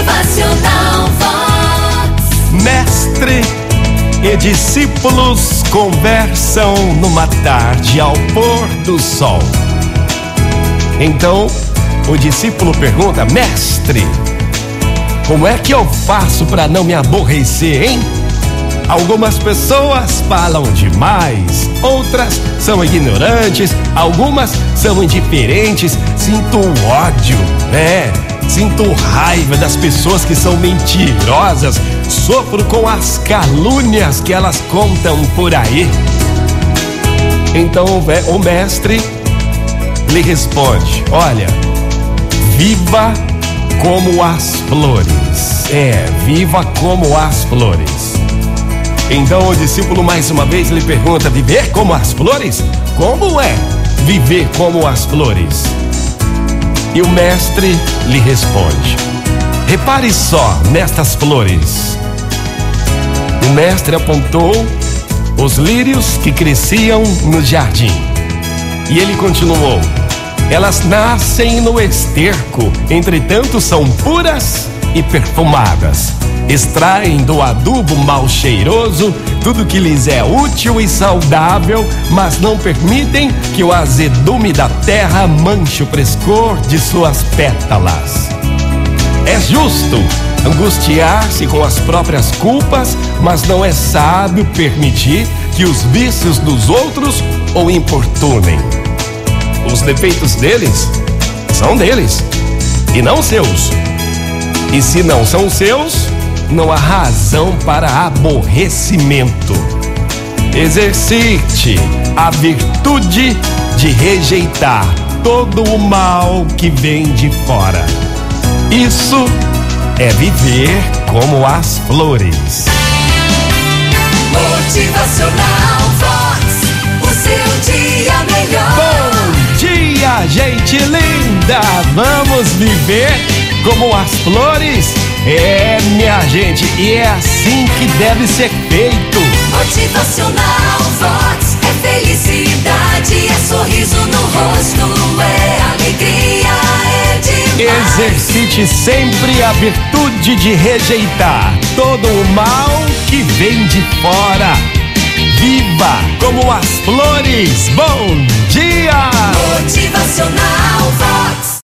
Motivacional Vox. Mestre e discípulos conversam numa tarde ao pôr do sol. Então, o discípulo pergunta: Mestre, como é que eu faço para não me aborrecer, hein? Algumas pessoas falam demais, outras são ignorantes, algumas são indiferentes. Sinto ódio, sinto raiva das pessoas que são mentirosas, sofro com as calúnias que elas contam por aí. Então o mestre lhe responde: olha, viva como as flores. Viva como as flores. Então o discípulo mais uma vez lhe pergunta: viver como as flores? Como é viver como as flores? E o mestre lhe responde: repare só nestas flores. O mestre apontou os lírios que cresciam no jardim. E ele continuou: elas nascem no esterco, entretanto são puras e perfumadas. Extraem do adubo mal cheiroso tudo que lhes é útil e saudável, mas não permitem que o azedume da terra manche o frescor de suas pétalas. É justo angustiar-se com as próprias culpas, mas não é sábio permitir que os vícios dos outros o importunem. Os defeitos deles são deles e não seus. E se não são seus, não há razão para aborrecimento. Exercite a virtude de rejeitar todo o mal que vem de fora. Isso é viver como as flores. Motivacional Vox, o seu dia melhor. Bom dia, gente linda! Vamos viver como as flores? Minha gente, e é assim que deve ser feito. Motivacional Vox é felicidade, é sorriso no rosto, é alegria, é demais. Exercite sempre a virtude de rejeitar todo o mal que vem de fora. Viva como as flores. Bom dia! Motivacional Vox.